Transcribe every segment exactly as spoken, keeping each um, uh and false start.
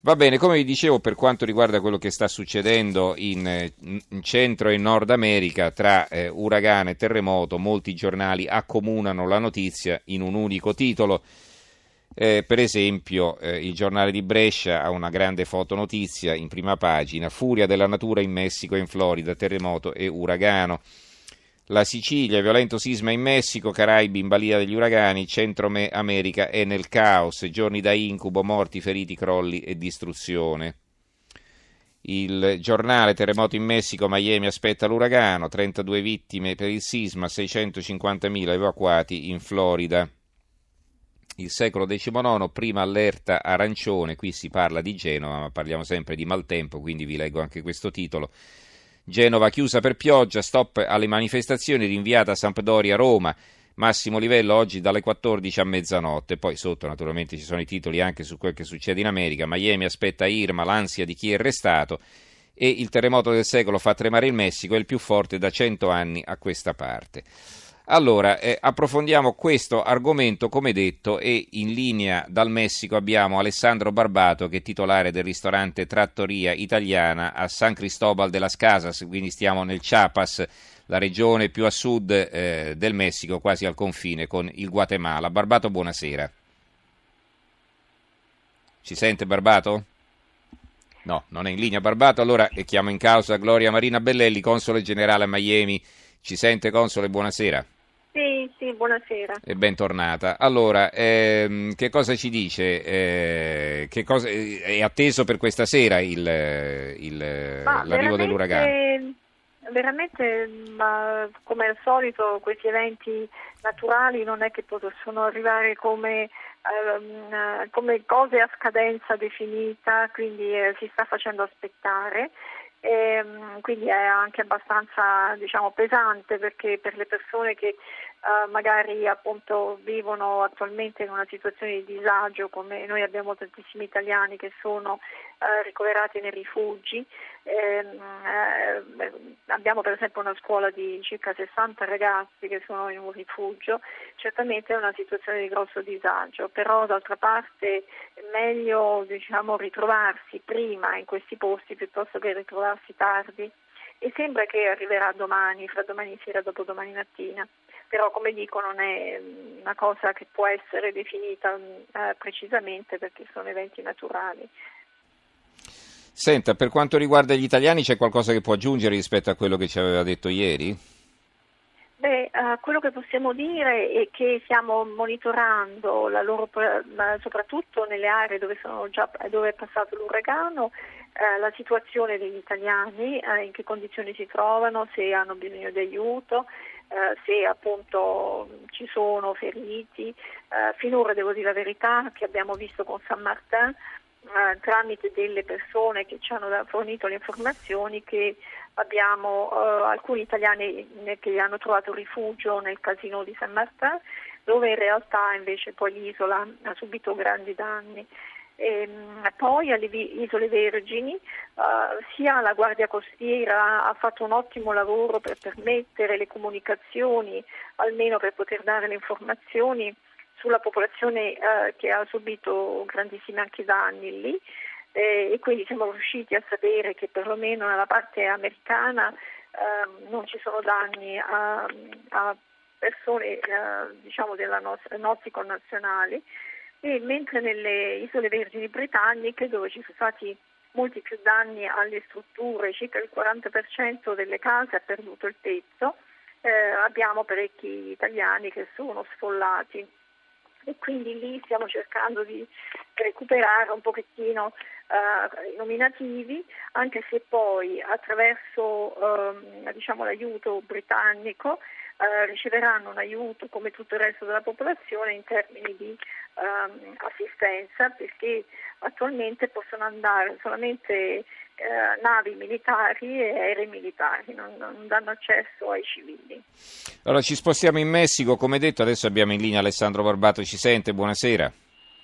Va bene, come vi dicevo, per quanto riguarda quello che sta succedendo in, eh, in Centro e Nord America tra eh, uragano e terremoto, molti giornali accomunano la notizia in un unico titolo. Eh, per esempio, eh, il giornale di Brescia ha una grande fotonotizia in prima pagina: furia della natura in Messico e in Florida, terremoto e uragano. La Sicilia, violento sisma in Messico, Caraibi in balia degli uragani, Centro America è nel caos, giorni da incubo, morti, feriti, crolli e distruzione. Il giornale, terremoto in Messico, Miami aspetta l'uragano, trentadue vittime per il sisma, seicentocinquantamila evacuati in Florida. Il Secolo diciannove, prima allerta arancione, qui si parla di Genova, ma parliamo sempre di maltempo, quindi vi leggo anche questo titolo. Genova chiusa per pioggia, stop alle manifestazioni, rinviata a Sampdoria-Roma, massimo livello oggi dalle quattordici a mezzanotte. Poi sotto naturalmente ci sono i titoli anche su quel che succede in America. Miami aspetta Irma, l'ansia di chi è restato, e il terremoto del secolo fa tremare il Messico, è il più forte da cento anni a questa parte. Allora, eh, approfondiamo questo argomento, come detto, e in linea dal Messico abbiamo Alessandro Barbato, che è titolare del ristorante Trattoria Italiana a San Cristóbal de las Casas, quindi stiamo nel Chiapas, la regione più a sud eh, del Messico, quasi al confine con il Guatemala. Barbato, buonasera. Ci sente, Barbato? No, non è in linea Barbato, allora chiamo in causa Gloria Marina Bellelli, console generale a Miami. Ci sente, console? Buonasera. Sì, sì, buonasera. E bentornata. Allora, ehm, che cosa ci dice? Eh, che cosa, è atteso per questa sera il, il, Ma l'arrivo dell'uragano? Veramente, ma come al solito, questi eventi naturali non è che possono arrivare come, ehm, come cose a scadenza definita, quindi eh, si sta facendo aspettare. E, quindi è anche abbastanza, diciamo, pesante, perché per le persone che uh, magari appunto vivono attualmente in una situazione di disagio, come noi abbiamo tantissimi italiani che sono uh, ricoverati nei rifugi. Eh, eh, abbiamo per esempio una scuola di circa sessanta ragazzi che sono in un rifugio. Certamente è una situazione di grosso disagio, però d'altra parte è meglio, diciamo, ritrovarsi prima in questi posti piuttosto che ritrovarsi tardi, e sembra che arriverà domani, fra domani sera e dopodomani mattina, però come dico non è una cosa che può essere definita eh, precisamente, perché sono eventi naturali. Senta, per quanto riguarda gli italiani c'è qualcosa che può aggiungere rispetto a quello che ci aveva detto ieri? Beh, uh, quello che possiamo dire è che stiamo monitorando la loro, soprattutto nelle aree dove, sono già, dove è passato l'uragano, uh, la situazione degli italiani, uh, in che condizioni si trovano, se hanno bisogno di aiuto, uh, se appunto ci sono feriti. Uh, finora devo dire la verità che abbiamo visto con San Martin, Uh, tramite delle persone che ci hanno fornito le informazioni, che abbiamo uh, alcuni italiani che hanno trovato rifugio nel casino di San Martin, dove in realtà invece poi l'isola ha subito grandi danni. E, poi alle Isole Vergini uh, sia la Guardia Costiera ha fatto un ottimo lavoro per permettere le comunicazioni, almeno per poter dare le informazioni sulla popolazione eh, che ha subito grandissimi anche danni lì, eh, e quindi siamo riusciti a sapere che perlomeno nella parte americana eh, non ci sono danni a, a persone eh, diciamo della nostra, nostri connazionali, e mentre nelle Isole Vergini Britanniche, dove ci sono stati molti più danni alle strutture, circa il quaranta per cento delle case ha perduto il tetto, eh, abbiamo parecchi italiani che sono sfollati. E quindi lì stiamo cercando di recuperare un pochettino uh, i nominativi, anche se poi attraverso um, diciamo, l'aiuto britannico uh, riceveranno un aiuto come tutto il resto della popolazione in termini di um, assistenza, perché attualmente possono andare solamente Uh, navi militari e aerei militari, non, non danno accesso ai civili. Allora ci spostiamo in Messico, come detto, adesso abbiamo in linea Alessandro Barbato, ci sente? Buonasera.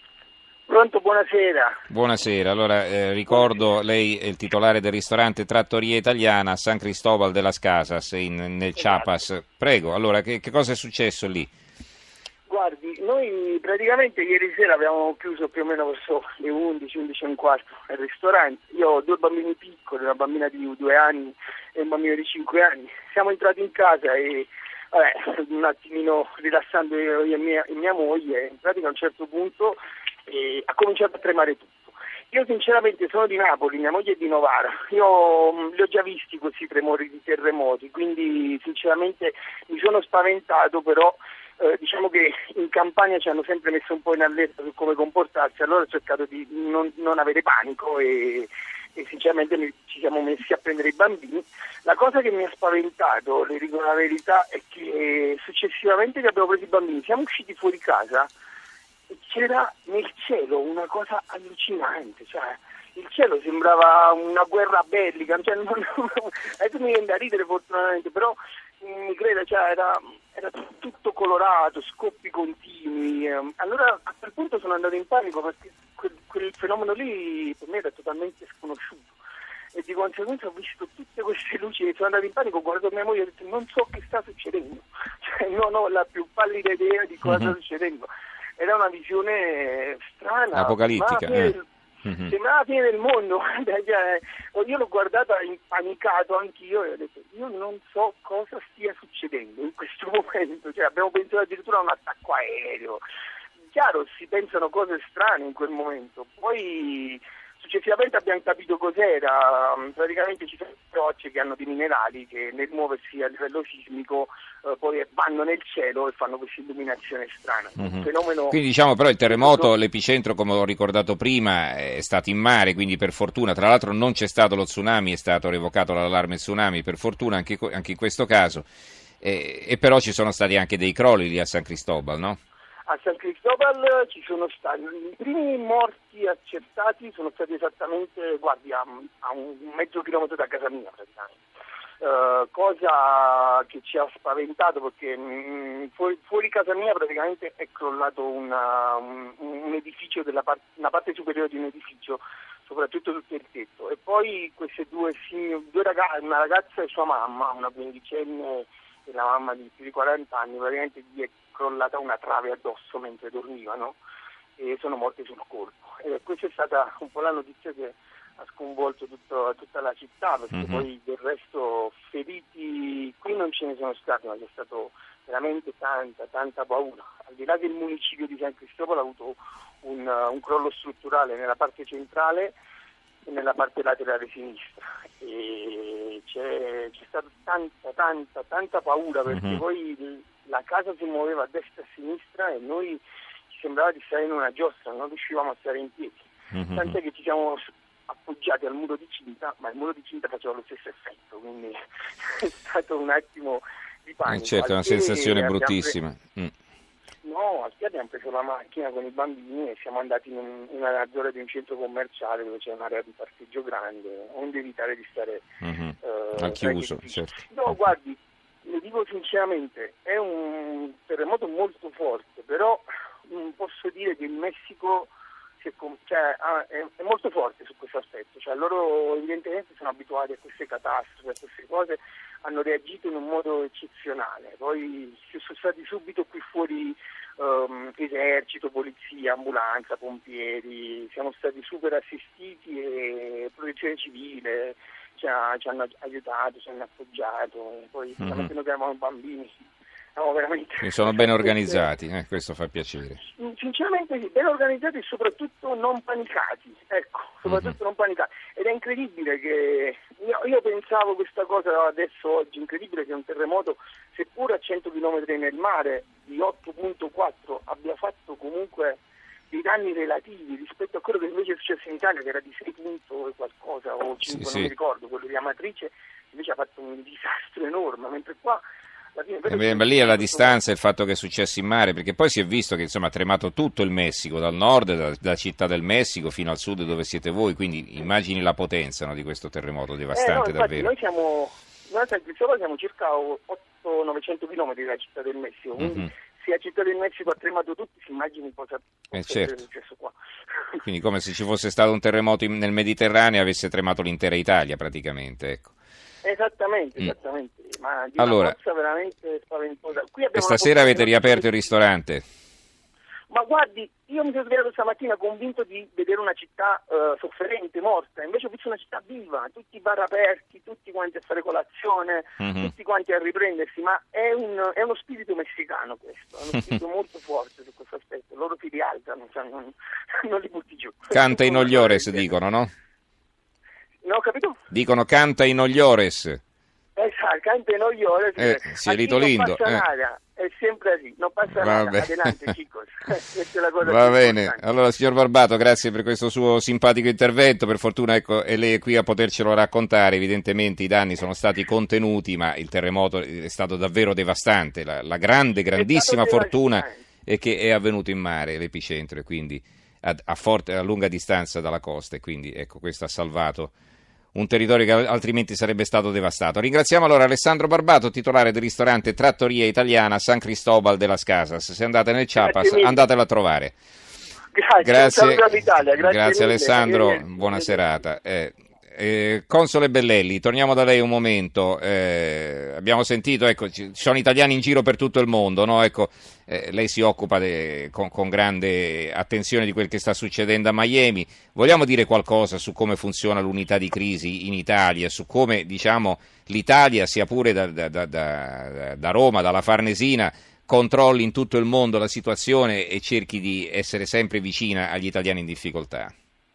Pronto, buonasera. Buonasera, allora eh, ricordo, lei è il titolare del ristorante Trattoria Italiana a San Cristóbal de las Casas in, nel Chiapas. Prego, allora che, che cosa è successo lì? Guardi, noi praticamente ieri sera abbiamo chiuso più o meno verso le undici, undici e un quarto il ristorante. Io ho due bambini piccoli, una bambina di due anni e un bambino di cinque anni. Siamo entrati in casa e vabbè, un attimino rilassando io e mia, e mia moglie, in pratica a un certo punto eh, ha cominciato a tremare tutto. Io sinceramente sono di Napoli, mia moglie è di Novara, io mh, li ho già visti questi tremori di terremoti, quindi sinceramente mi sono spaventato, però eh, diciamo che in Campania ci hanno sempre messo un po' in allerta su come comportarsi, allora ho cercato di non, non avere panico e, e sinceramente mi, ci siamo messi a prendere i bambini. La cosa che mi ha spaventato, le dico la verità, è che successivamente che abbiamo preso i bambini siamo usciti fuori casa e c'era nel cielo una cosa allucinante, cioè il cielo sembrava una guerra bellica, cioè, non, non, adesso mi viene da ridere fortunatamente, però mi creda, cioè, era, era tutto colorato, scoppi continui, allora a quel punto sono andato in panico perché quel, quel fenomeno lì per me era totalmente sconosciuto e di conseguenza ho visto tutte queste luci e sono andato in panico, ho guardato mia moglie e ho detto non so che sta succedendo, cioè, non ho la più pallida idea di cosa mm-hmm. sta succedendo. Era una visione strana, apocalittica, sembrava, eh. fine, mm-hmm. sembrava la fine del mondo. Io l'ho guardata impanicato anch'io e ho detto io non so cosa stia succedendo in questo momento, cioè, abbiamo pensato addirittura a un attacco aereo. Chiaro, si pensano cose strane in quel momento, poi successivamente abbiamo capito cos'era, praticamente ci sono rocce che hanno dei minerali che nel muoversi a livello sismico eh, poi vanno nel cielo e fanno questa illuminazione strana. Mm-hmm. Fenomeno... Quindi diciamo però il terremoto, l'epicentro come ho ricordato prima è stato in mare, quindi per fortuna, tra l'altro non c'è stato lo tsunami, è stato revocato l'allarme tsunami, per fortuna anche, anche in questo caso, e, e però ci sono stati anche dei crolli lì a San Cristobal, no? A San Cristobal ci sono stati, i primi morti accertati sono stati esattamente, guardi, a, a un mezzo chilometro da casa mia praticamente, uh, cosa che ci ha spaventato perché mh, fuori, fuori casa mia praticamente è crollato una, un, un edificio, della part- una parte superiore di un edificio, soprattutto tutto il tetto, e poi queste due, due ragazze, una ragazza e sua mamma, una quindicenne e la mamma di più di quaranta anni, praticamente gli è crollata una trave addosso mentre dormivano e sono morte sul colpo. E questa è stata un po' la notizia che ha sconvolto tutto, tutta la città, perché mm-hmm. poi del resto feriti qui non ce ne sono stati, ma c'è stato veramente tanta, tanta paura. Al di là del municipio di San Cristoforo ha avuto un, un crollo strutturale nella parte centrale e nella parte laterale sinistra e c'è, c'è stata tanta, tanta, tanta paura perché mm-hmm. poi la casa si muoveva a destra e a sinistra e noi ci sembrava di stare in una giostra, non riuscivamo a stare in piedi, mm-hmm. tant'è che ci siamo appoggiati al muro di cinta, ma il muro di cinta faceva lo stesso effetto, quindi è stato un attimo di panico. Eh certo, è una sensazione bruttissima. Pre- mm. No, al piede abbiamo preso la macchina con i bambini e siamo andati in, un, in una zona di un centro commerciale dove c'è un'area di parcheggio grande, onde evitare di stare mm-hmm. uh, al chiuso. Certo. No, guardi, le dico sinceramente, è un terremoto molto forte, però mh, posso dire che il Messico si è, cioè, è, è molto forte su questo aspetto, cioè loro evidentemente sono abituati a queste catastrofi, a queste cose, hanno reagito in un modo eccezionale, poi ci sono stati subito qui fuori um, esercito, polizia, ambulanza, pompieri, siamo stati super assistiti e protezione civile. Ci, ha, ci hanno aiutato, ci hanno appoggiato, poi mm-hmm. piano che eravamo bambini, no, veramente. Sono ben organizzati, eh, questo fa piacere. Sinceramente sì, ben organizzati e soprattutto non panicati, ecco, soprattutto mm-hmm. non panicati. Ed è incredibile che, io, io pensavo questa cosa adesso oggi, incredibile che un terremoto, seppur a cento chilometri nel mare, di otto virgola quattro abbia fatto comunque dei danni relativi rispetto a quello che invece è successo in Italia, che era di sei punto qualcosa o cinque, sì, non sì. mi ricordo, quello di Amatrice invece ha fatto un disastro enorme, mentre qua alla fine, eh beh, ma lì è la distanza, il fatto che è successo in mare, perché poi si è visto che insomma ha tremato tutto il Messico, dal nord, da, da Città del Messico fino al sud dove siete voi, quindi immagini la potenza, no, di questo terremoto devastante. Eh, no, davvero. Noi siamo, noi a San Cristoforo siamo circa ottocento novecento chilometri dalla Città del Messico, quindi mm-hmm. se la Città del Messico ha tremato tutti, si immagini cosa eh, certo. è successo qua. Quindi come se ci fosse stato un terremoto in, nel Mediterraneo e avesse tremato l'intera Italia praticamente, ecco. Esattamente, esattamente, mm. ma di allora, una forza veramente spaventosa. Qui e stasera avete riaperto il ristorante? Ma guardi, io mi sono svegliato stamattina convinto di vedere una città uh, sofferente, morta, invece ho visto una città viva, tutti i bar aperti, tutti quanti a fare colazione, mm-hmm. tutti quanti a riprendersi, ma è, un, è uno spirito messicano questo, è uno spirito molto forte su questo aspetto, loro si rialzano, cioè non, non li butti giù. Canta in Ogliores, dicono, no? No, ho capito? Dicono canta in Ogliores. Esatto, canta in Ogliores. Eh, Cielito Lindo. Non passa eh. nada, è sempre così, non passa Va nada, adelante chicos. Questa è la cosa Va bene, importante. Allora signor Barbato, grazie per questo suo simpatico intervento, per fortuna ecco, è lei qui a potercelo raccontare, evidentemente i danni sono stati contenuti, ma il terremoto è stato davvero devastante, la, la grande, grandissima fortuna è che è avvenuto in mare, l'epicentro, e quindi a, a, forte, a lunga distanza dalla costa, e quindi ecco, questo ha salvato un territorio che altrimenti sarebbe stato devastato. Ringraziamo allora Alessandro Barbato, titolare del ristorante Trattoria Italiana San Cristobal de las Casas. Se andate nel Chiapas, andatelo a trovare. Grazie, grazie, grazie, grazie, grazie Alessandro, mille. buona serata. Eh, eh, Console Bellelli, torniamo da lei un momento. Eh, abbiamo sentito, ecco, ci sono italiani in giro per tutto il mondo, no? Ecco, eh, lei si occupa de, con, con grande attenzione di quel che sta succedendo a Miami. Vogliamo dire qualcosa su come funziona l'unità di crisi in Italia, su come, diciamo, l'Italia, sia pure da, da, da, da, da Roma, dalla Farnesina, controlli in tutto il mondo la situazione e cerchi di essere sempre vicina agli italiani in difficoltà?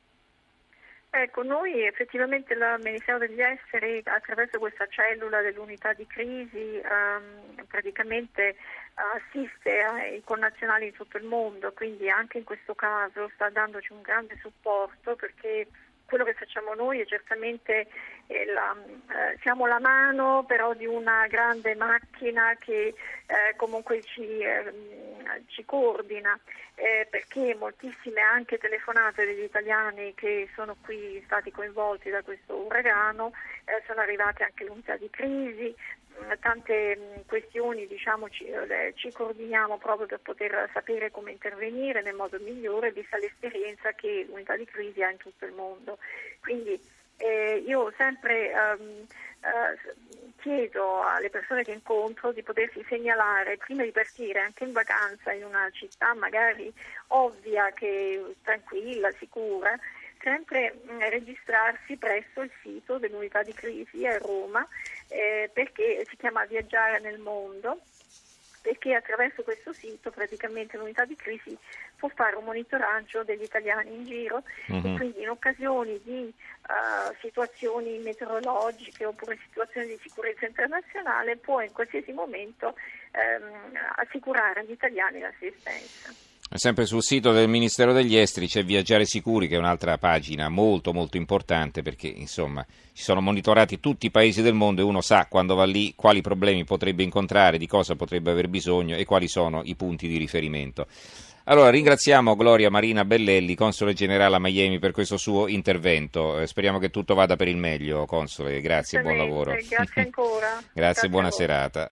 Ecco, noi effettivamente il Ministero degli Esteri, attraverso questa cellula dell'unità di crisi, ehm, praticamente assiste ai connazionali di tutto il mondo, quindi anche in questo caso sta dandoci un grande supporto, perché quello che facciamo noi è certamente eh, la, eh, siamo la mano però di una grande macchina che eh, comunque ci, eh, ci coordina, eh, perché moltissime anche telefonate degli italiani che sono qui stati coinvolti da questo uragano eh, sono arrivate anche all'unità di crisi. Tante mh, questioni, diciamo, ci, eh, ci coordiniamo proprio per poter sapere come intervenire nel modo migliore, vista l'esperienza che l'unità di crisi ha in tutto il mondo. Quindi eh, io sempre ehm, eh, chiedo alle persone che incontro di potersi segnalare prima di partire, anche in vacanza, in una città magari ovvia, che tranquilla, sicura, sempre mh, registrarsi presso il sito dell'unità di crisi a Roma, eh, perché si chiama Viaggiare nel Mondo, perché attraverso questo sito praticamente l'unità di crisi può fare un monitoraggio degli italiani in giro, mm-hmm. e quindi in occasioni di uh, situazioni meteorologiche oppure situazioni di sicurezza internazionale può in qualsiasi momento um, assicurare agli italiani l'assistenza. Sempre sul sito del Ministero degli Esteri c'è Viaggiare Sicuri, che è un'altra pagina molto molto importante, perché insomma ci sono monitorati tutti i paesi del mondo e uno sa quando va lì quali problemi potrebbe incontrare, di cosa potrebbe aver bisogno e quali sono i punti di riferimento. Allora ringraziamo Gloria Marina Bellelli, console generale a Miami, per questo suo intervento. Eh, speriamo che tutto vada per il meglio, console. Grazie e buon lavoro. Grazie ancora. Grazie, grazie, buona serata.